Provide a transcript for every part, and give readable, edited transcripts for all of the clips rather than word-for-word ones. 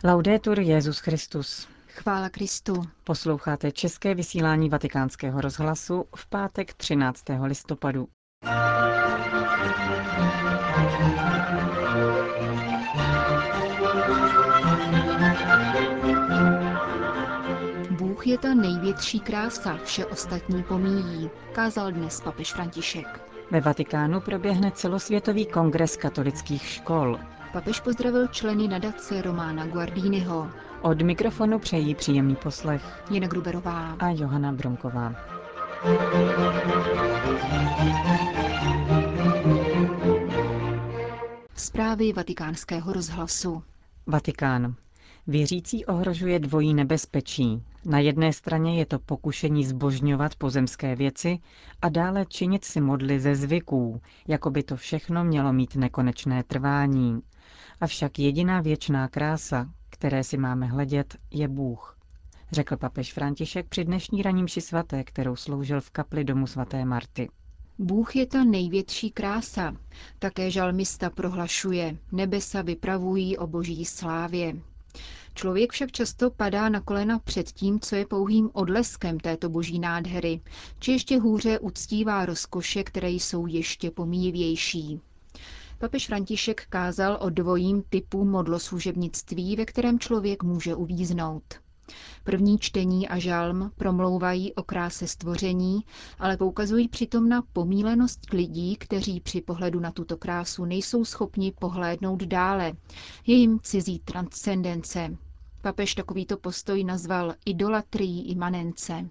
Laudetur Jesus Christus. Chvála Kristu. Posloucháte české vysílání Vatikánského rozhlasu v pátek 13. listopadu. Bůh je ta největší krása, vše ostatní pomíjí, kázal dnes papež František. Ve Vatikánu proběhne celosvětový kongres katolických škol. Papež pozdravil členy nadace Romana Guardiniho. Od mikrofonu přejí příjemný poslech Jana Gruberová a Johana Bronková. Zprávy Vatikánského rozhlasu. Vatikán. Věřící ohrožuje dvojí nebezpečí. Na jedné straně je to pokušení zbožňovat pozemské věci a dále činit si modly ze zvyků, jako by to všechno mělo mít nekonečné trvání. Avšak jediná věčná krása, které si máme hledět, je Bůh, řekl papež František při dnešní ranní mši svaté, kterou sloužil v kapli domu svaté Marty. Bůh je ta největší krása. Také žalmista prohlašuje, nebesa vypravují o boží slávě. Člověk však často padá na kolena před tím, co je pouhým odleskem této boží nádhery, či ještě hůře uctívá rozkoše, které jsou ještě pomíjivější. Papež František kázal o dvojím typu modloslužebnictví, ve kterém člověk může uvíznout. První čtení a žalm promlouvají o kráse stvoření, ale poukazují přitom na pomílenost lidí, kteří při pohledu na tuto krásu nejsou schopni pohlédnout dále. Je jim cizí transcendence. Papež takovýto postoj nazval idolatrií imanence.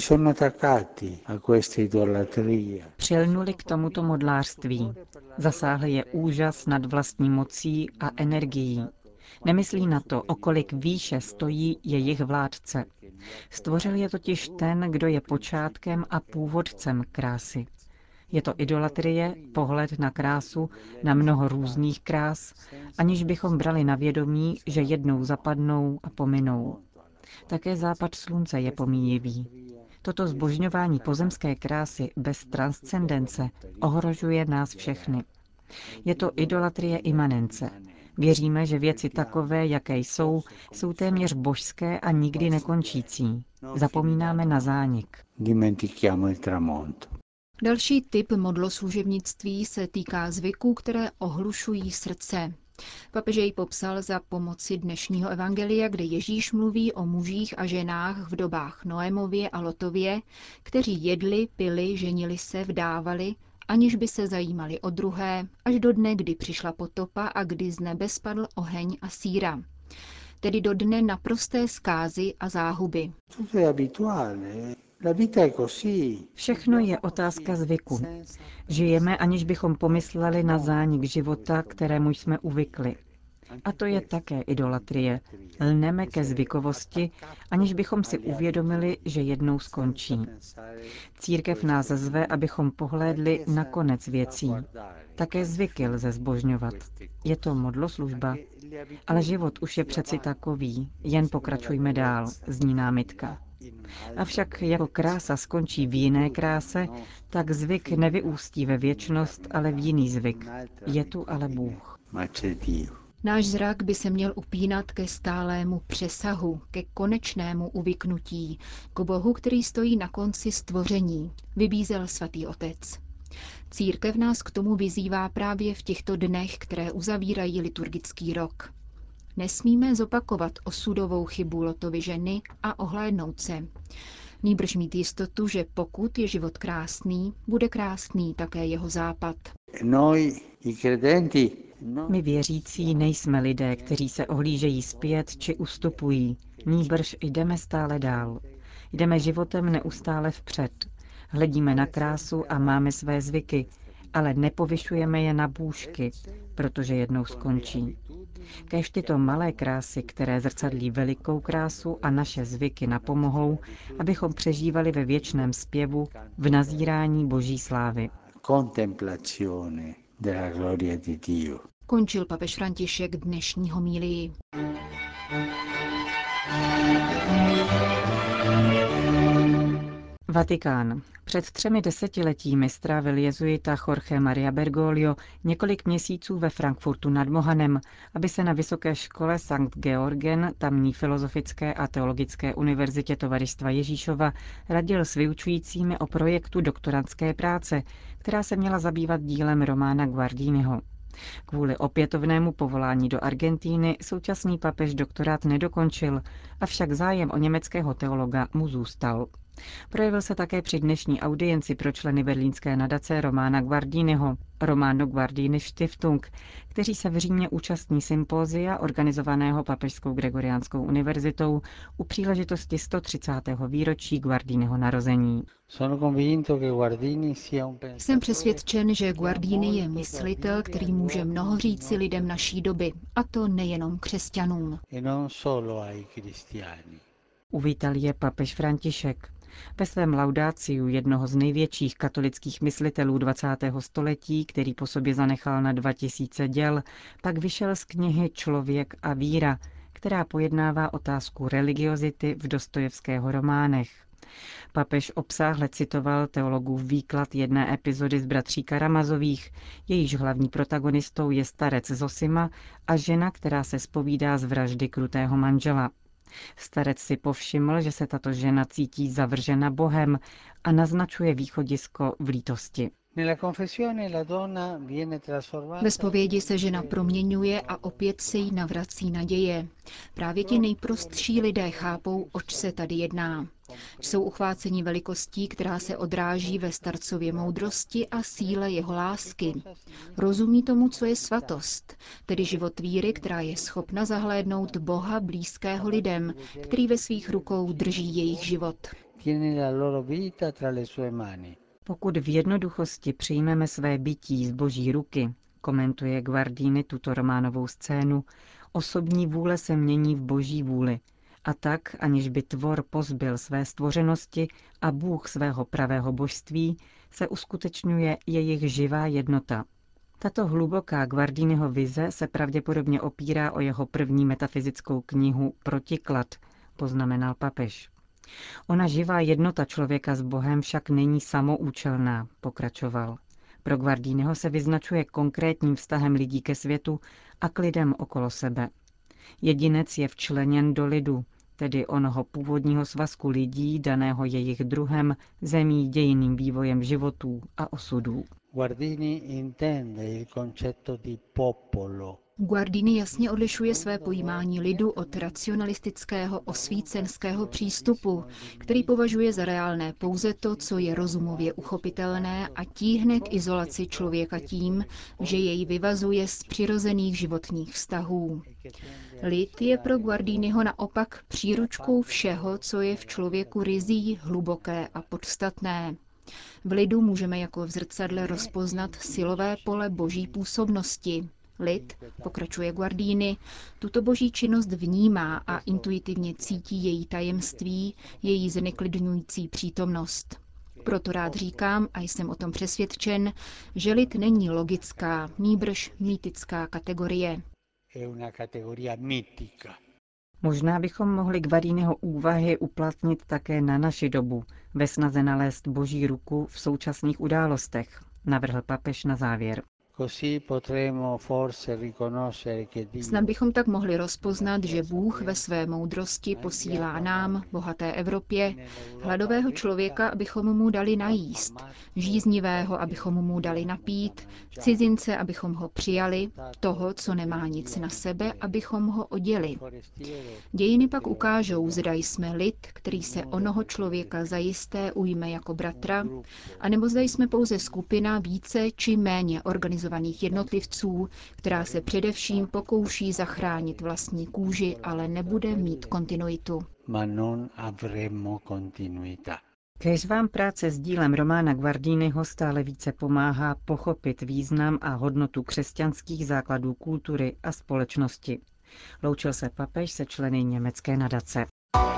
Přilnuli k tomuto modlářství. Zasáhl je úžas nad vlastní mocí a energií. Nemyslí na to, o kolik výše stojí jejich vládce. Stvořil je totiž ten, kdo je počátkem a původcem krásy. Je to idolatrie, pohled na krásu, na mnoho různých krás, aniž bychom brali na vědomí, že jednou zapadnou a pominou. Také západ slunce je pomíjivý. Toto zbožňování pozemské krásy bez transcendence ohrožuje nás všechny. Je to idolatrie imanence. Věříme, že věci takové, jaké jsou téměř božské a nikdy nekončící. Zapomínáme na zánik. Další typ modloslužebnictví se týká zvyků, které ohlušují srdce. Papež jej popsal za pomoci dnešního evangelia, kde Ježíš mluví o mužích a ženách v dobách Noémově a Lotově, kteří jedli, pili, ženili se, vdávali, aniž by se zajímali o druhé, až do dne, kdy přišla potopa a kdy z nebe spadl oheň a síra. Tedy do dne naprosté zkázy a záhuby. Všechno je otázka zvyku. Žijeme, aniž bychom pomysleli na zánik života, kterému jsme uvykli. A to je také idolatrie. Lneme ke zvykovosti, aniž bychom si uvědomili, že jednou skončí. Církev nás zve, abychom pohlédli na konec věcí. Také zvyky lze zbožňovat. Je to modloslužba. Ale život už je přeci takový, jen pokračujme dál, zní námitka. Avšak jako krása skončí v jiné kráse, tak zvyk nevyústí ve věčnost, ale v jiný zvyk. Je tu ale Bůh. Náš zrak by se měl upínat ke stálému přesahu, ke konečnému uvyknutí, k Bohu, který stojí na konci stvoření, vybízel svatý otec. Církev nás k tomu vyzývá právě v těchto dnech, které uzavírají liturgický rok. Nesmíme zopakovat osudovou chybu Lotovy ženy a ohlédnout se. Nýbrž mít jistotu, že pokud je život krásný, bude krásný také jeho západ. My věřící nejsme lidé, kteří se ohlížejí zpět či ustupují, nýbrž jdeme stále dál. Jdeme životem neustále vpřed. Hledíme na krásu a máme své zvyky, ale nepovyšujeme je na bůžky, protože jednou skončí. Kéž tyto malé krásy, které zrcadlí velikou krásu a naše zvyky napomohou, abychom přežívali ve věčném zpěvu v nazírání Boží slávy. Končil papež František dnešní homílii. Vatikán. Před 3 desetiletími strávil jezuita Jorge Maria Bergoglio několik měsíců ve Frankfurtu nad Mohanem, aby se na vysoké škole Sankt Georgen, tamní filozofické a teologické univerzitě Tovaristva Ježíšova, radil s vyučujícími o projektu doktorandské práce, která se měla zabývat dílem Romana Guardiniho. Kvůli opětovnému povolání do Argentíny současný papež doktorát nedokončil, avšak zájem o německého teologa mu zůstal. Projevil se také při dnešní audienci pro členy berlínské nadace Romana Guardiniho, Romano Guardini Stiftung, kteří se v Římě účastní sympózia organizovaného Papežskou Gregoriánskou univerzitou u příležitosti 130. výročí Guardiniho narození. Jsem přesvědčen, že Guardini je myslitel, který může mnoho říci lidem naší doby, a to nejenom křesťanům. Uvítal je papež František. Ve svém laudáciu jednoho z největších katolických myslitelů 20. století, který po sobě zanechal na 2000 děl, pak vyšel z knihy Člověk a víra, která pojednává otázku religiozity v Dostojevského románech. Papež obsáhle citoval teologův výklad jedné epizody z Bratří Karamazových, jejíž hlavní protagonistou je starec Zosima a žena, která se zpovídá z vraždy krutého manžela. Starec si povšiml, že se tato žena cítí zavržena Bohem a naznačuje východisko v lítosti. Ve zpovědi se žena proměňuje a opět se jí navrací naděje. Právě ti nejprostší lidé chápou, oč se tady jedná. Jsou uchváceni velikostí, která se odráží ve starcově moudrosti a síle jeho lásky. Rozumí tomu, co je svatost, tedy život víry, která je schopna zahlédnout Boha blízkého lidem, který ve svých rukou drží jejich život. Pokud v jednoduchosti přijmeme své bytí z Boží ruky, komentuje Guardini tuto románovou scénu, osobní vůle se mění v Boží vůli, a tak, aniž by tvor pozbyl své stvořenosti a Bůh svého pravého božství, se uskutečňuje jejich živá jednota. Tato hluboká Guardiniho vize se pravděpodobně opírá o jeho první metafyzickou knihu Protiklad, poznamenal papež. Ona živá jednota člověka s Bohem však není samoučelná, pokračoval. Pro Guardiniho se vyznačuje konkrétním vztahem lidí ke světu a k lidem okolo sebe. Jedinec je včleněn do lidu, tedy onoho původního svazku lidí, daného jejich druhem, zemí, dějinným vývojem životů a osudů. Guardini jasně odlišuje své pojímání lidu od racionalistického osvícenského přístupu, který považuje za reálné pouze to, co je rozumově uchopitelné a tíhne k izolaci člověka tím, že jej vyvazuje z přirozených životních vztahů. Lid je pro Guardiniho naopak příručkou všeho, co je v člověku ryzí, hluboké a podstatné. V lidu můžeme jako v zrcadle rozpoznat silové pole boží působnosti. Lid, pokračuje Guardini, tuto boží činnost vnímá a intuitivně cítí její tajemství, její zneklidňující přítomnost. Proto rád říkám, a jsem o tom přesvědčen, že lid není logická, nýbrž mýtická kategorie. Možná bychom mohli Guardiniho úvahy uplatnit také na naši dobu, ve snaze nalézt Boží ruku v současných událostech, navrhl papež na závěr. Snad bychom tak mohli rozpoznat, že Bůh ve své moudrosti posílá nám, bohaté Evropě, hladového člověka, abychom mu dali najíst, žíznivého, abychom mu dali napít, cizince, abychom ho přijali, toho, co nemá nic na sebe, abychom ho oděli. Dějiny pak ukážou, zda jsme lid, který se onoho člověka zajisté ujme jako bratra, anebo zda jsme pouze skupina více či méně organizovaných jednotlivců, která se především pokouší zachránit vlastní kůži, ale nebude mít kontinuitu. Kéž vám práce s dílem Romana Guardiniho stále více pomáhá pochopit význam a hodnotu křesťanských základů kultury a společnosti. Loučil se papež se členy německé nadace.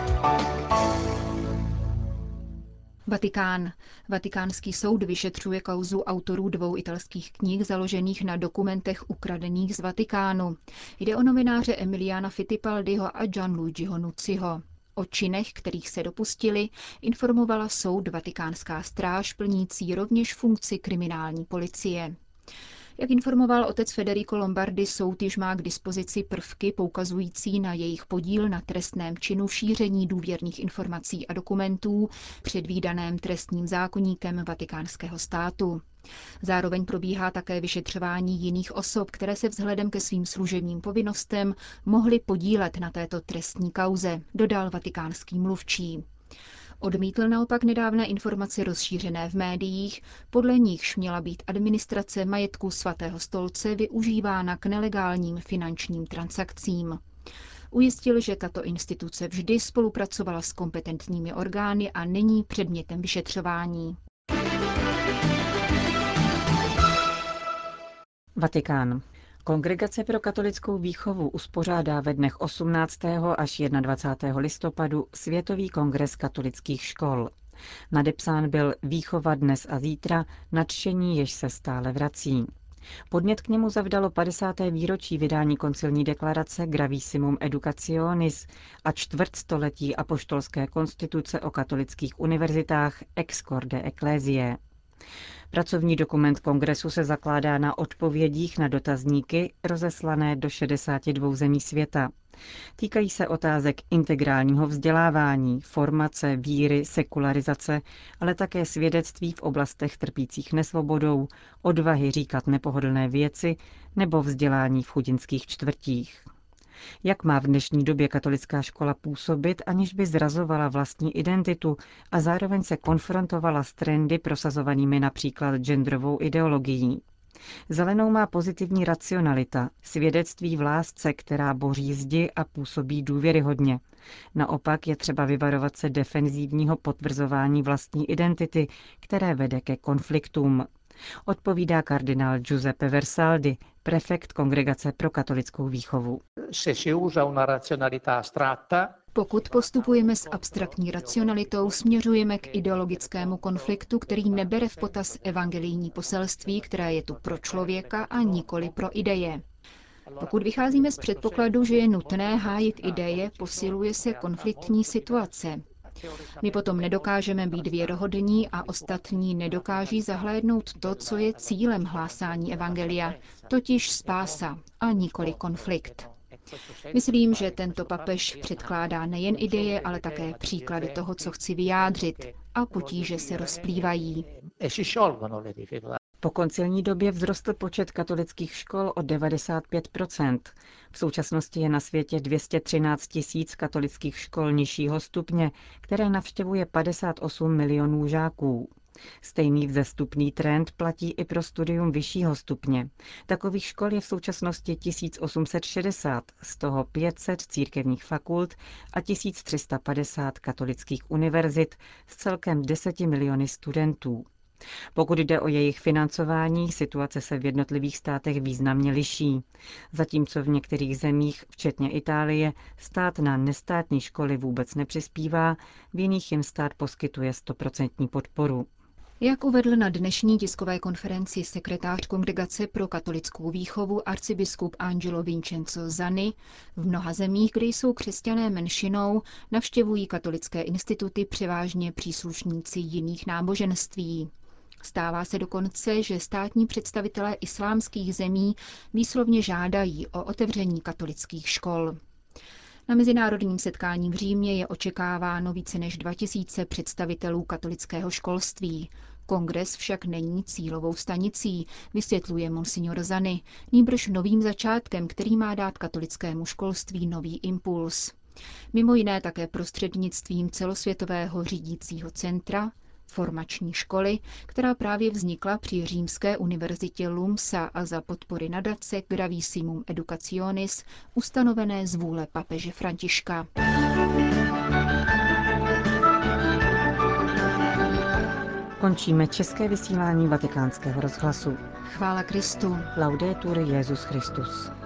Vatikán. Vatikánský soud vyšetřuje kauzu autorů 2 italských knih založených na dokumentech ukradených z Vatikánu. Jde o novináře Emiliana Fittipaldiho a Gianluigiho Nucciho. O činech, kterých se dopustili, informovala soud Vatikánská stráž plnící rovněž funkci kriminální policie. Jak informoval otec Federico Lombardi, soud již má k dispozici prvky poukazující na jejich podíl na trestném činu šíření důvěrných informací a dokumentů předvídaném trestním zákoníkem Vatikánského státu. Zároveň probíhá také vyšetřování jiných osob, které se vzhledem ke svým služebním povinnostem mohly podílet na této trestní kauze, dodal vatikánský mluvčí. Odmítl naopak nedávné informace rozšířené v médiích, podle nichž měla být administrace majetku Svatého stolce využívána k nelegálním finančním transakcím. Ujistil, že tato instituce vždy spolupracovala s kompetentními orgány a není předmětem vyšetřování. Vatikán. Kongregace pro katolickou výchovu uspořádá ve dnech 18. až 21. listopadu Světový kongres katolických škol. Nadepsán byl Výchova dnes a zítra, nadšení, jež se stále vrací. Podnět k němu zavdalo 50. výročí vydání koncilní deklarace Gravissimum Educationis a čtvrtstoletí apoštolské konstituce o katolických univerzitách Ex Corde Ecclesiae. Pracovní dokument kongresu se zakládá na odpovědích na dotazníky rozeslané do 62 zemí světa. Týkají se otázek integrálního vzdělávání, formace, víry, sekularizace, ale také svědectví v oblastech trpících nesvobodou, odvahy říkat nepohodlné věci nebo vzdělání v chudinských čtvrtích. Jak má v dnešní době katolická škola působit, aniž by zrazovala vlastní identitu a zároveň se konfrontovala s trendy prosazovanými například genderovou ideologií? Zelenou má pozitivní racionalita, svědectví v lásce, která boří zdi a působí důvěryhodně. Naopak je třeba vyvarovat se defenzívního potvrzování vlastní identity, které vede ke konfliktům. Odpovídá kardinál Giuseppe Versaldi, prefekt Kongregace pro katolickou výchovu. Pokud postupujeme s abstraktní racionalitou, směřujeme k ideologickému konfliktu, který nebere v potaz evangelijní poselství, které je tu pro člověka a nikoli pro ideje. Pokud vycházíme z předpokladu, že je nutné hájit ideje, posiluje se konfliktní situace. My potom nedokážeme být věrohodní a ostatní nedokáží zahlédnout to, co je cílem hlásání evangelia, totiž spása a nikoli konflikt. Myslím, že tento papež předkládá nejen ideje, ale také příklady toho, co chci vyjádřit, a potíže se rozplývají. Po koncilní době vzrostl počet katolických škol o 95%. V současnosti je na světě 213 000 katolických škol nižšího stupně, které navštěvuje 58 milionů žáků. Stejný vzestupný trend platí i pro studium vyššího stupně. Takových škol je v současnosti 1860, z toho 500 církevních fakult a 1350 katolických univerzit s celkem 10 miliony studentů. Pokud jde o jejich financování, situace se v jednotlivých státech významně liší. Zatímco v některých zemích, včetně Itálie, stát na nestátní školy vůbec nepřispívá, v jiných jim stát poskytuje 100% podporu. Jak uvedl na dnešní tiskové konferenci sekretář Kongregace pro katolickou výchovu arcibiskup Angelo Vincenzo Zani, v mnoha zemích, kde jsou křesťané menšinou, navštěvují katolické instituty převážně příslušníci jiných náboženství. Stává se dokonce, že státní představitelé islámských zemí výslovně žádají o otevření katolických škol. Na mezinárodním setkání v Římě je očekáváno více než 2000 představitelů katolického školství. Kongres však není cílovou stanicí, vysvětluje monsignor Zani, nýbrž novým začátkem, který má dát katolickému školství nový impuls. Mimo jiné také prostřednictvím celosvětového řídícího centra, formační školy, která právě vznikla při Římské univerzitě LUMSA a za podpory nadace Gravissimum Educationis, ustanovené z vůle papeže Františka. Končíme české vysílání Vatikánského rozhlasu. Chvála Kristu. Laudetur Jesus Christus.